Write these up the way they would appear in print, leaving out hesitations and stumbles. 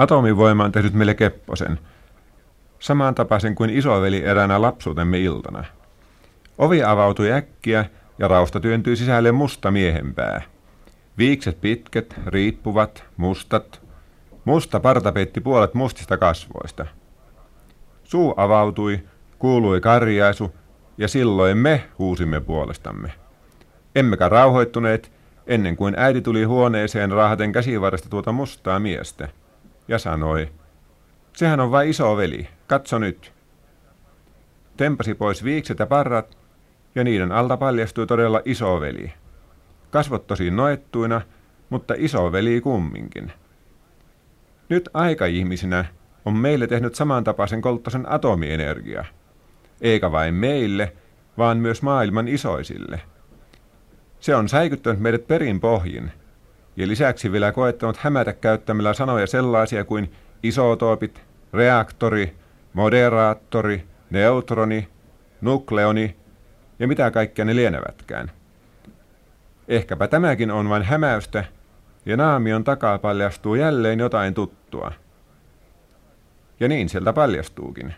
Atomivoima on tehnyt meille kepposen, samantapaisen kuin isoveli eräänä lapsuutemme iltana. Ovi avautui äkkiä ja rausta työntyi sisälle musta miehenpää. Viikset pitkät, riippuvat, mustat. Musta parta peitti puolet mustista kasvoista. Suu avautui, kuului karjaisu, ja silloin me huusimme puolestamme. Emmekä rauhoittuneet, ennen kuin äiti tuli huoneeseen raahaten käsivarresta tuota mustaa miestä, ja sanoi, sehän on vain isoveli, katso nyt. Tempasi pois viikset ja parrat, ja niiden alta paljastui todella isoveli. Kasvot tosin noettuina, mutta isoveli kumminkin. Nyt aikaihmisinä on meille tehnyt samantapaisen kolttosen atomienergia. Eikä vain meille, vaan myös maailman isoisille. Se on säikyttänyt meidät perin pohjin, ja lisäksi vielä koettanut hämätä käyttämällä sanoja sellaisia kuin isotoopit, reaktori, moderaattori, neutroni, nukleoni ja mitä kaikkea ne lienevätkään. Ehkäpä tämäkin on vain hämäystä, ja naamion takaa paljastuu jälleen jotain tuttua. Ja niin sieltä paljastuukin.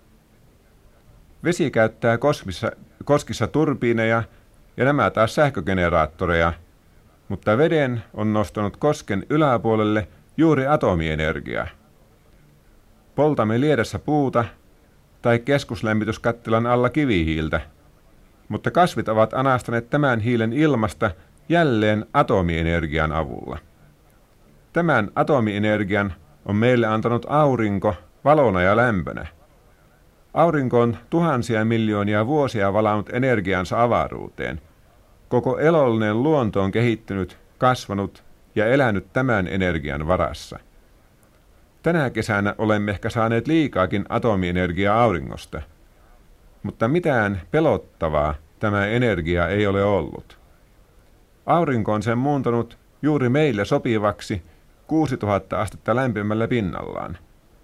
Vesi käyttää koskissa turbiineja ja nämä taas sähkögeneraattoreja, mutta veden on nostanut kosken yläpuolelle juuri atomienergia. Poltamme liedessä puuta tai keskuslämmityskattilan alla kivihiiltä, mutta kasvit ovat anastaneet tämän hiilen ilmasta jälleen atomienergian avulla. Tämän atomienergian on meille antanut aurinko valona ja lämpönä. Aurinko on tuhansia miljoonia vuosia valaanut energiansa avaruuteen. Koko elollinen luonto on kehittynyt, kasvanut ja elänyt tämän energian varassa. Tänä kesänä olemme ehkä saaneet liikaakin atomienergiaa auringosta, mutta mitään pelottavaa tämä energia ei ole ollut. Aurinko on sen muuntanut juuri meille sopivaksi 6000 astetta lämpimällä pinnallaan.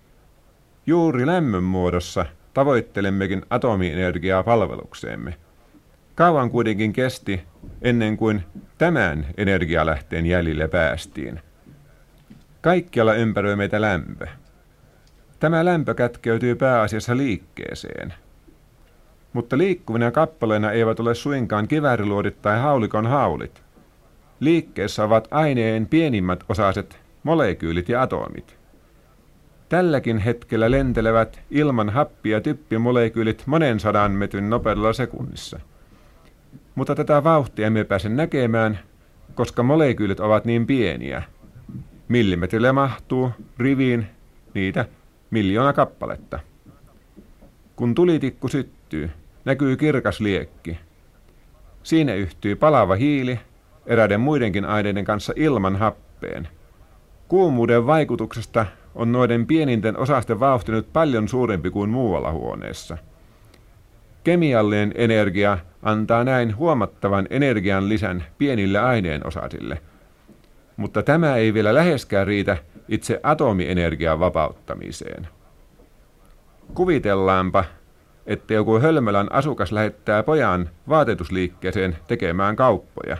Juuri lämmön muodossa tavoittelemmekin atomienergiaa palvelukseemme. Kauan kuitenkin kesti ennen kuin tämän energialähteen jäljille päästiin. Kaikkialla ympäröi meitä lämpö. Tämä lämpö kätkeytyy pääasiassa liikkeeseen. Mutta liikkuvina kappaleina eivät ole suinkaan kivääriluodit tai haulikon haulit. Liikkeessä ovat aineen pienimmät osaset, molekyylit ja atomit. Tälläkin hetkellä lentelevät ilman happi- ja typpimolekyylit monen 100 metrin nopeudella sekunnissa. Mutta tätä vauhtia emme pääse näkemään, koska molekyylit ovat niin pieniä. Millimetrille mahtuu riviin niitä 1 000 000 kappaletta. Kun tulitikku syttyy, näkyy kirkas liekki. Siinä yhtyy palava hiili eräiden muidenkin aineiden kanssa ilman happeen. Kuumuuden vaikutuksesta on noiden pieninten osasten vauhti nyt paljon suurempi kuin muualla huoneessa. Kemiallinen energia antaa näin huomattavan energian lisän pienille aineenosasille, mutta tämä ei vielä läheskään riitä itse atomienergian vapauttamiseen. Kuvitellaanpa, että joku Hölmölän asukas lähettää pojan vaatetusliikkeeseen tekemään kauppoja.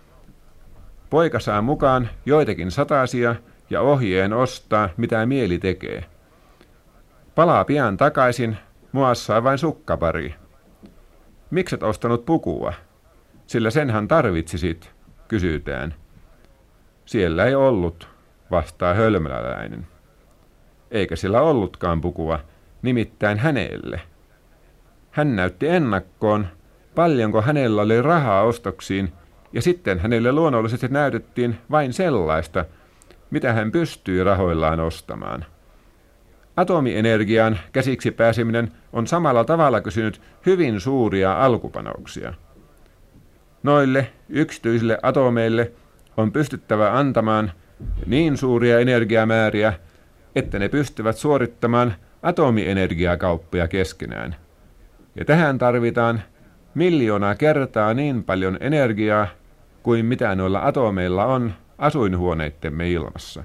Poika saa mukaan joitakin satasia ja ohjeen ostaa, mitä mieli tekee. Palaa pian takaisin, muassaan vain sukkapari. Mikset ostanut pukua? Sillä senhän tarvitsisit, kysytään. Siellä ei ollut, vastaa hölmöläläinen. Eikä sillä ollutkaan pukua, nimittäin hänelle. Hän näytti ennakkoon, paljonko hänellä oli rahaa ostoksiin, ja sitten hänelle luonnollisesti näytettiin vain sellaista, mitä hän pystyy rahoillaan ostamaan. Atomienergiaan käsiksi pääseminen on samalla tavalla kysynyt hyvin suuria alkupanoksia. Noille yksityisille atomeille on pystyttävä antamaan niin suuria energiamääriä, että ne pystyvät suorittamaan atomienergiakauppoja keskenään. Ja tähän tarvitaan 1 000 000 kertaa niin paljon energiaa kuin mitä noilla atomeilla on asuinhuoneittemme ilmassa.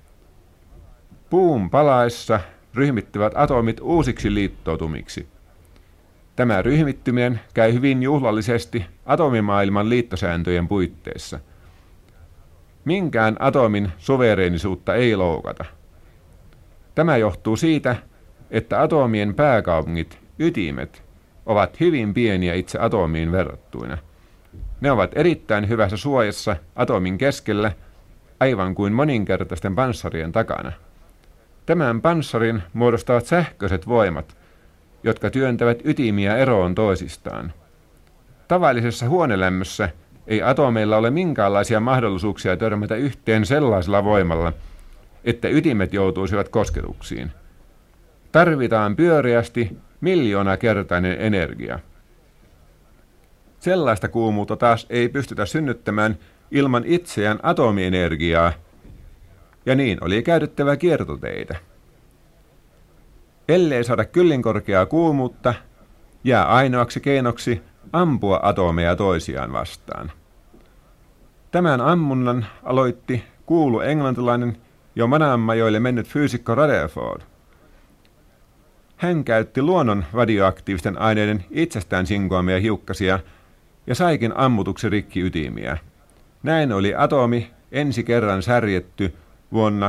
Puun palaessa ryhmittyvät atomit uusiksi liittoutumiksi. Tämä ryhmittyminen käy hyvin juhlallisesti atomimaailman liittosääntöjen puitteissa. Minkään atomin suvereenisuutta ei loukata. Tämä johtuu siitä, että atomien pääkaupungit, ytimet, ovat hyvin pieniä itse atomiin verrattuina. Ne ovat erittäin hyvässä suojassa atomin keskellä, aivan kuin moninkertaisten panssarien takana. Tämän panssarin muodostavat sähköiset voimat, jotka työntävät ytimiä eroon toisistaan. Tavallisessa huonelämmössä ei atomeilla ole minkäänlaisia mahdollisuuksia törmätä yhteen sellaisella voimalla, että ytimet joutuisivat kosketuksiin. Tarvitaan pyöreästi miljoonakertainen energia. Sellaista kuumuutta taas ei pystytä synnyttämään ilman itseään atomienergiaa, ja niin oli käytettävä kiertoteitä. Ellei saada kyllin korkeaa kuumuutta, jää ainoaksi keinoksi ampua atomeja toisiaan vastaan. Tämän ammunnan aloitti kuulu englantilainen jo Manamajoille mennyt fyysikko Rutherford. Hän käytti luonnon radioaktiivisten aineiden itsestään sinkoamia hiukkasia ja saikin ammutuksi rikkiytimiä. Näin oli atomi ensi kerran särjetty vuonna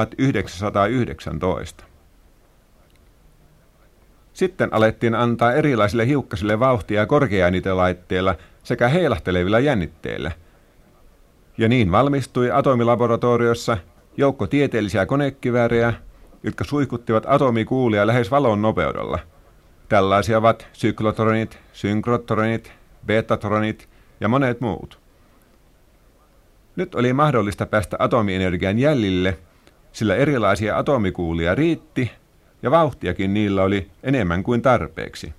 1919. Sitten alettiin antaa erilaisille hiukkasille vauhtia korkeaäänitelaitteilla sekä heilahtelevilla jännitteillä. Ja niin valmistui atomilaboratoriossa joukko tieteellisiä konekiväärejä, jotka suihkuttivat atomikuulia lähes valon nopeudella. Tällaisia ovat syklotronit, synkrotronit, betatronit ja monet muut. Nyt oli mahdollista päästä atomienergian jäljille, sillä erilaisia atomikuulia riitti ja vauhtiakin niillä oli enemmän kuin tarpeeksi.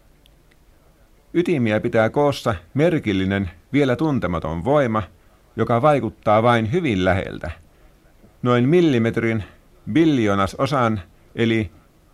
Ytimiä pitää koossa merkillinen, vielä tuntematon voima, joka vaikuttaa vain hyvin läheltä. Noin millimetrin biljoonasosan eli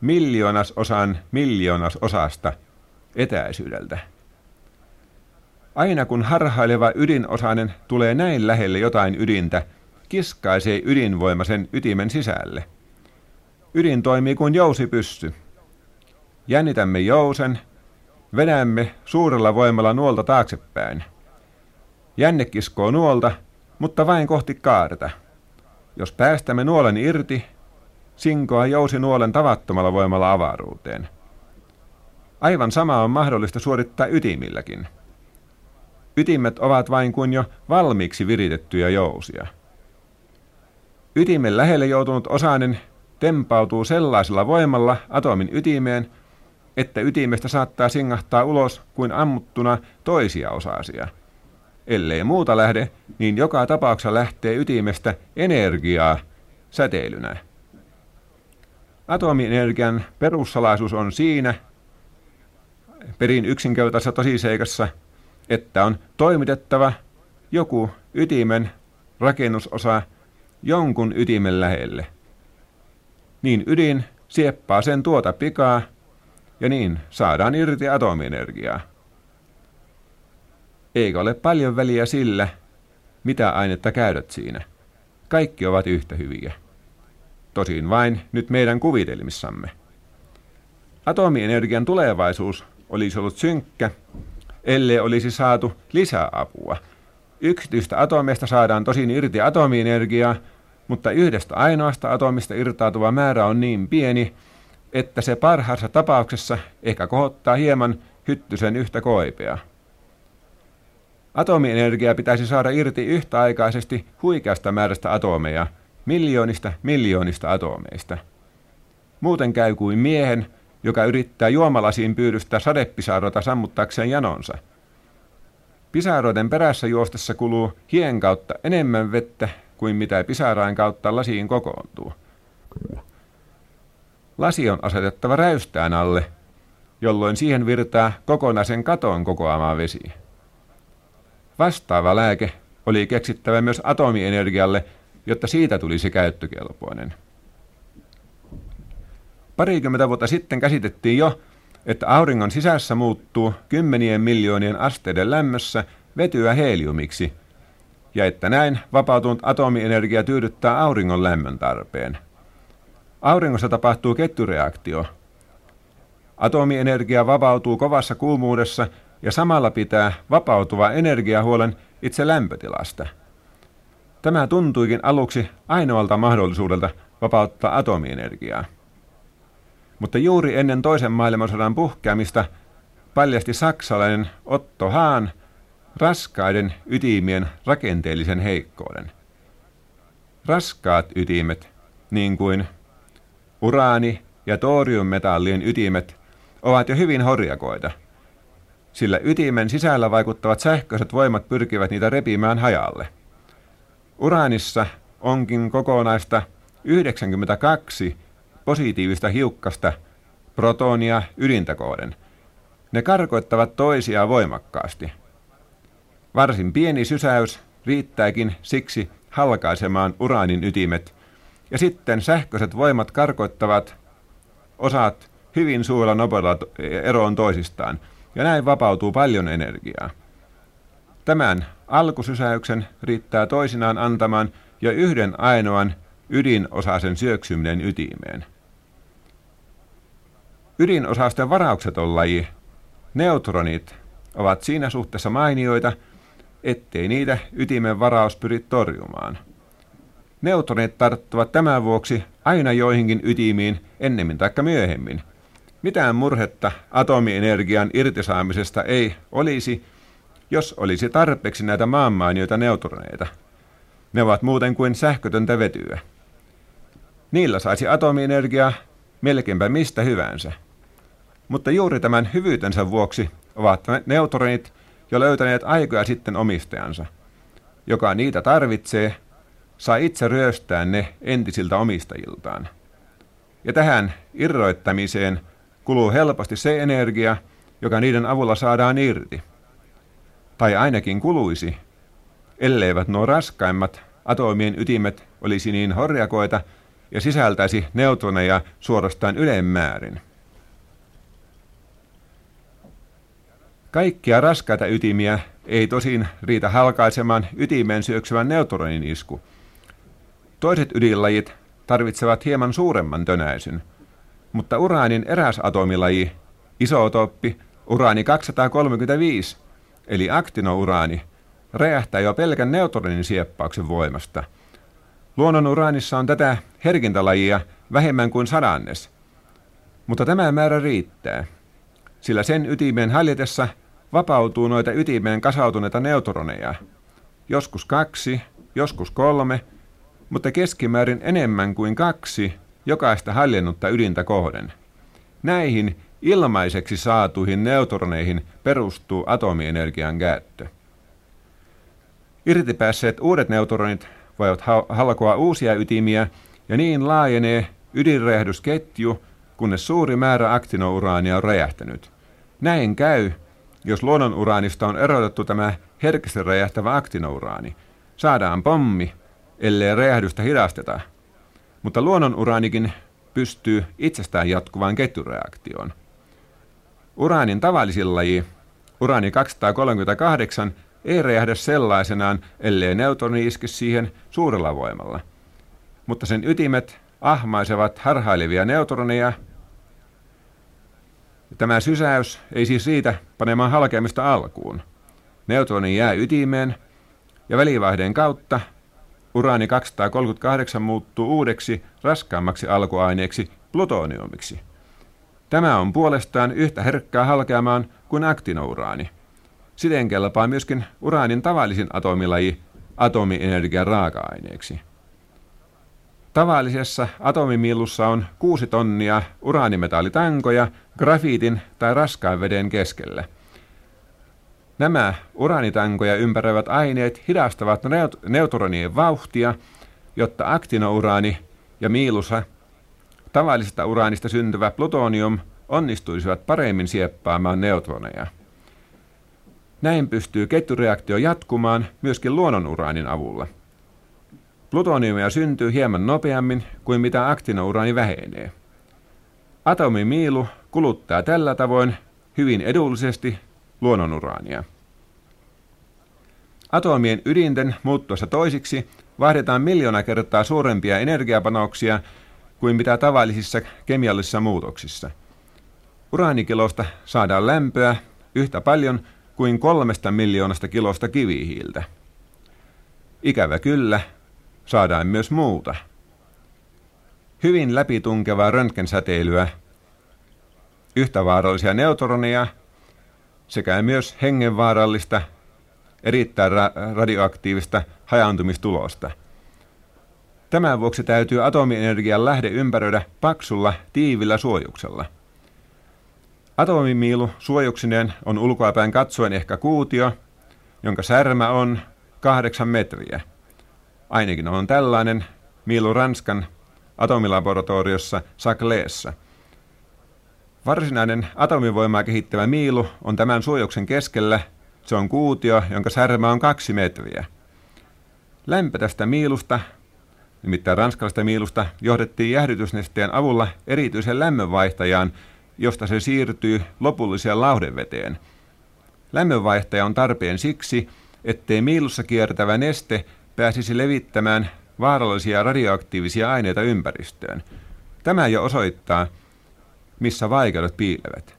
miljoonasosan etäisyydeltä. Aina kun harhaileva ydinosainen tulee näin lähelle jotain ydintä, kiskaisee ydinvoima sen ytimen sisälle. Ydin toimii kuin jousipyssy. Jännitämme jousen, vedämme suurella voimalla nuolta taaksepäin. Jänne kiskoo nuolta, mutta vain kohti kaarta. Jos päästämme nuolen irti, sinkoaa jousi nuolen tavattomalla voimalla avaruuteen. Aivan sama on mahdollista suorittaa ytimilläkin. Ytimet ovat vain kuin jo valmiiksi viritettyjä jousia. Ytimen lähelle joutunut osainen tempautuu sellaisella voimalla atomin ytimeen, että ytimestä saattaa singahtaa ulos kuin ammuttuna toisia osasia. Ellei muuta lähde, niin joka tapauksessa lähtee ytimestä energiaa säteilynä. Atomienergian perussalaisuus on siinä, perin yksinkertaisessa tosiseikassa, että on toimitettava joku ytimen rakennusosa jonkun ytimen lähelle. Niin ydin sieppaa sen tuota pikaa, ja niin saadaan irti atomienergiaa. Eikä ole paljon väliä sillä, mitä ainetta käytät siinä. Kaikki ovat yhtä hyviä. Tosin vain nyt meidän kuvitelmissamme. Atomienergian tulevaisuus olisi ollut synkkä, ellei olisi saatu lisäapua. Yksityistä atomeista saadaan tosin irti atomienergiaa, mutta yhdestä ainoasta atomista irtautuva määrä on niin pieni, että se parhaassa tapauksessa ehkä kohottaa hieman hyttysen yhtä koipea. Atomienergiaa pitäisi saada irti yhtäaikaisesti huikeasta määrästä atomeja, miljoonista atomeista. Muuten käy kuin miehen, joka yrittää juomalasiin pyydystää sadepisaroita sammuttaakseen janonsa. Pisaroiden perässä juostessa kuluu hien kautta enemmän vettä kuin mitä pisarain kautta lasiin kokoontuu. Lasi on asetettava räystään alle, jolloin siihen virtaa kokonaisen katon kokoama vesi. Vastaava lääke oli keksittävä myös atomienergialle, jotta siitä tulisi käyttökelpoinen. Parikymmentä vuotta sitten käsitettiin jo, että auringon sisässä muuttuu 10 miljoonien asteiden lämmössä vetyä heliumiksi, ja että näin vapautunut atomienergia tyydyttää auringon lämmön tarpeen. Auringossa tapahtuu ketjureaktio. Atomienergia vapautuu kovassa kuumuudessa ja samalla pitää vapautuva energia huolen itse lämpötilasta. Tämä tuntuikin aluksi ainoalta mahdollisuudelta vapauttaa atomienergiaa. Mutta juuri ennen toisen maailmansodan puhkeamista paljasti saksalainen Otto Hahn raskaiden ytimien rakenteellisen heikkouden. Raskaat ytimet, niin kuin uraani- ja toriummetallien ytimet, ovat jo hyvin horjakoita, sillä ytimen sisällä vaikuttavat sähköiset voimat pyrkivät niitä repimään hajalle. Uraanissa onkin kokonaista 92 positiivista hiukkasta protonia ydintä kohden. Ne karkoittavat toisiaan voimakkaasti. Varsin pieni sysäys riittääkin siksi halkaisemaan uraanin ytimet, ja sitten sähköiset voimat karkoittavat osat hyvin suurella nopeudella eroon toisistaan, ja näin vapautuu paljon energiaa. Tämän alkusysäyksen riittää toisinaan antamaan jo yhden ainoan ydinosasen syöksyminen ytimeen. Ydinosausten varaukseton laji, neutronit, ovat siinä suhteessa mainioita, ettei niitä ytimen varaus pyri torjumaan. Neutronit tarttuvat tämän vuoksi aina joihinkin ytimiin ennemmin tai myöhemmin. Mitään murhetta atomienergian irtisaamisesta ei olisi, jos olisi tarpeeksi näitä maanmainioita neutroneita. Ne ovat muuten kuin sähkötöntä vetyä. Niillä saisi atomienergiaa melkeinpä mistä hyvänsä. Mutta juuri tämän hyvyytensä vuoksi ovat neutronit jo löytäneet aikoja sitten omistajansa. Joka niitä tarvitsee, saa itse ryöstää ne entisiltä omistajiltaan. Ja tähän irroittamiseen kuluu helposti se energia, joka niiden avulla saadaan irti. Tai ainakin kuluisi, elleivät nuo raskaimmat atomien ytimet olisi niin horjakoita ja sisältäisi neutroneja suorastaan ylemmäärin. Kaikkia raskaita ytimiä ei tosin riitä halkaisemaan ytimeen syöksyvän neutronin isku. Toiset ydinlajit tarvitsevat hieman suuremman tönäisyn, mutta uraanin eräs atomilaji, isotooppi uraani 235, eli aktinouraani, räjähtää jo pelkän neutronin sieppauksen voimasta. Luonnon uraanissa on tätä herkintä lajia vähemmän kuin 100, mutta tämä määrä riittää, sillä sen ytimen haljetessa vapautuu noita ytimeen kasautuneita neutroneja, joskus 2, joskus 3, mutta keskimäärin enemmän kuin 2 jokaista haljennutta ydintä kohden. Näihin ilmaiseksi saatuihin neutroneihin perustuu atomienergian käyttö. Irtipäässeet uudet neutronit voivat halkoa uusia ytimiä, ja niin laajenee ydinräjähdysketju, kunnes suuri määrä aktinouraania on räjähtänyt. Näin käy, jos luonnonuraanista on erotettu tämä herkästi räjähtävä aktinouraani. Saadaan pommi, ellei räjähdystä hidasteta. Mutta luonnonuraanikin pystyy itsestään jatkuvaan ketjureaktioon. Uraanin tavallisin laji, uraani 238, ei räjähdä sellaisenaan, ellei neutroni iske siihen suurella voimalla. Mutta sen ytimet ahmaisevat harhailevia neutroneja. Tämä sysäys ei siis riitä panemaan halkeamista alkuun. Neutroni jää ytimeen ja välivaihdeen kautta uraani 238 muuttuu uudeksi raskaammaksi alkuaineeksi plutoniumiksi. Tämä on puolestaan yhtä herkkää halkeamaan kuin aktinouraani. Siten kelpaa myöskin uraanin tavallisin atomilaji atomienergian raaka-aineeksi. Tavallisessa atomimiilussa on 6 tonnia uraanimetallitankoja grafiitin tai raskaan veden keskellä. Nämä uraanitankoja ympäröivät aineet hidastavat neutronien vauhtia, jotta aktinouraani ja miilussa tavallisesta uraanista syntyvä plutonium onnistuisivat paremmin sieppaamaan neutroneja. Näin pystyy ketjureaktio jatkumaan myöskin luonnonuraanin avulla. Plutoniumia syntyy hieman nopeammin kuin mitä aktinouraani vähenee. Atomimiilu kuluttaa tällä tavoin hyvin edullisesti luonnonuraania. Atomien ydinten muuttuessa toisiksi vaihdetaan 1 000 000 kertaa suurempia energiapanoksia kuin mitä tavallisissa kemiallisissa muutoksissa. Uraanikilosta saadaan lämpöä yhtä paljon kuin 3 miljoonasta kilosta kivihiiltä. Ikävä kyllä, saadaan myös muuta. hyvin läpitunkevaa röntgensäteilyä, yhtä vaarallisia neutroneja sekä myös hengenvaarallista, erittäin radioaktiivista hajaantumistulosta. Tämän vuoksi täytyy atomienergian lähde ympäröidä paksulla, tiivillä suojuksella. Atomimiilu suojuksineen on ulkoapäin katsoen ehkä kuutio, jonka särmä on 8 metriä. Ainakin on tällainen miilu Ranskan atomilaboratoriossa Sacléssa. Varsinainen atomivoimaa kehittävä miilu on tämän suojuksen keskellä. Se on kuutio, jonka särmä on 2 metriä. Lämpö tästä miilusta, nimittäin ranskalaisesta miilusta, johdettiin jäähdytysnesteen avulla erityisen lämmönvaihtajaan, josta se siirtyy lopulliseen lauhdeveteen. Lämmönvaihtaja on tarpeen siksi, ettei miilussa kiertävä neste pääsisi levittämään vaarallisia radioaktiivisia aineita ympäristöön. Tämä jo osoittaa, missä vaikeudet piilevät.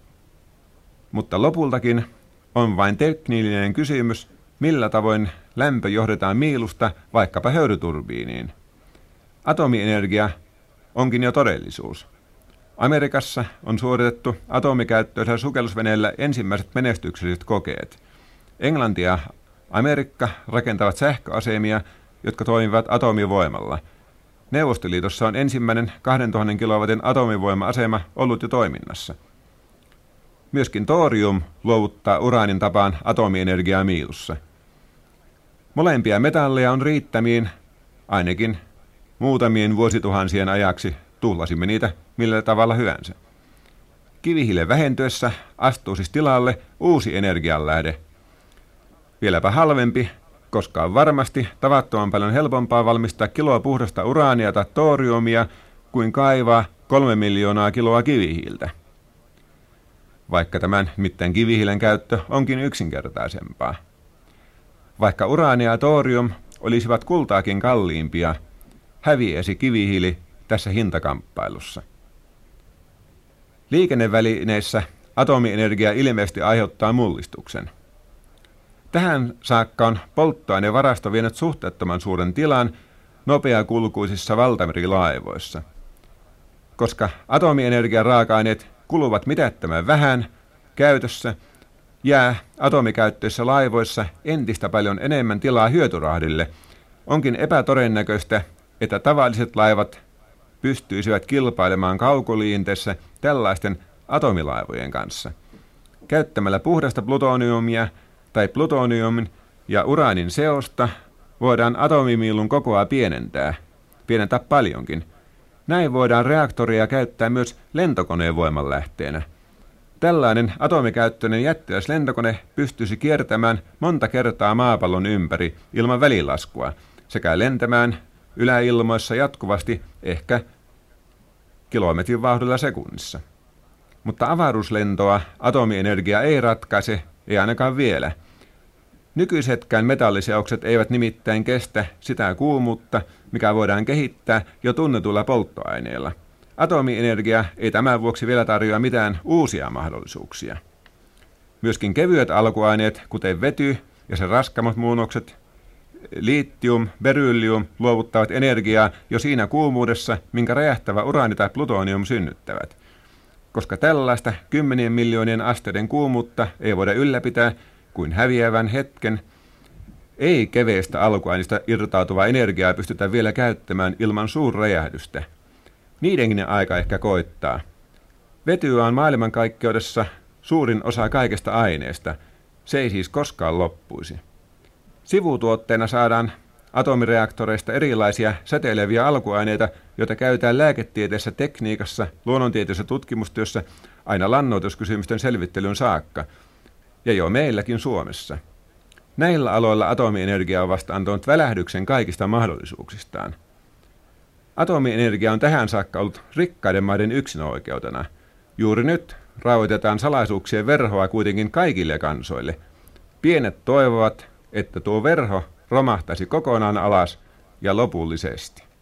Mutta lopultakin on vain teknillinen kysymys, millä tavoin lämpö johdetaan miilusta vaikkapa höyryturbiiniin. Atomienergia onkin jo todellisuus. Amerikassa on suoritettu atomikäyttöisellä sukellusveneellä ensimmäiset menestykselliset kokeet. Englanti ja Amerikka rakentavat sähköasemia, jotka toimivat atomivoimalla. Neuvostoliitossa on ensimmäinen 2000 kilowatin atomivoima-asema ollut jo toiminnassa. Myöskin torium luovuttaa uraanin tapaan atomienergiaa miilussa. Molempia metalleja on riittämiin, ainakin muutamien vuosituhansien ajaksi, tuhlasimme niitä millä tavalla hyvänsä. Kivihiilen vähentyessä astuu siis tilalle uusi energianlähde. Vieläpä halvempi, koska on varmasti tavattoman paljon helpompaa valmistaa kiloa puhdasta uraania tai toriumia kuin kaivaa 3 miljoonaa kiloa kivihiiltä. Vaikka tämän nimittäin kivihiilen käyttö onkin yksinkertaisempaa. Vaikka uraania ja torium olisivat kultaakin kalliimpia, häviäisi kivihiili tässä hintakamppailussa. Liikennevälineissä atomienergia ilmeisesti aiheuttaa mullistuksen. Tähän saakka on polttoainevarasto vienyt suhteettoman suuren tilan nopeakulkuisissa valtamerilaivoissa. Koska atomienergian raaka-aineet kuluvat mitättömän vähän käytössä, jää atomikäyttöisissä laivoissa entistä paljon enemmän tilaa hyötyrahdille. Onkin epätodennäköistä, että tavalliset laivat pystyisivät kilpailemaan kaukoliinteessä tällaisten atomilaivojen kanssa. Käyttämällä puhdasta plutoniumia tai plutoniumin ja uraanin seosta voidaan atomimiilun kokoa pienentää paljonkin. Näin voidaan reaktoria käyttää myös lentokoneen voimanlähteenä. Tällainen atomikäyttöinen jättiläislentokone pystyisi kiertämään monta kertaa maapallon ympäri ilman välilaskua sekä lentämään yläilmoissa jatkuvasti ehkä kilometrin vauhdilla sekunnissa. Mutta avaruuslentoa atomienergia ei ratkaise, ei ainakaan vielä. Nykyisetkään metalliseokset eivät nimittäin kestä sitä kuumuutta, mikä voidaan kehittää jo tunnetuilla polttoaineilla. Atomienergia ei tämän vuoksi vielä tarjoa mitään uusia mahdollisuuksia. Myöskin kevyet alkuaineet, kuten vety ja sen raskaammat muunnokset, litium, beryllium, luovuttavat energiaa jo siinä kuumuudessa, minkä räjähtävä uraani tai plutonium synnyttävät. Koska tällaista 10 miljoonien asteiden kuumuutta ei voida ylläpitää kuin häviävän hetken, ei keveistä alkuaineista irtautuvaa energiaa pystytä vielä käyttämään ilman suurräjähdystä. Niidenkin aika ehkä koittaa. Vetyä on maailmankaikkeudessa suurin osa kaikesta aineesta. Se ei siis koskaan loppuisi. Sivutuotteena saadaan atomireaktoreista erilaisia säteileviä alkuaineita, joita käytetään lääketieteessä, tekniikassa, luonnontieteellisessä tutkimustyössä aina lannoituskysymysten selvittelyyn saakka, ja jo meilläkin Suomessa. Näillä aloilla atomienergia on vasta antanut välähdyksen kaikista mahdollisuuksistaan. Atomienergia on tähän saakka ollut rikkaiden maiden yksinoikeutena. Juuri nyt rauhoitetaan salaisuuksien verhoa kuitenkin kaikille kansoille. Pienet toivovat, että tuo verho romahtaisi kokonaan alas ja lopullisesti.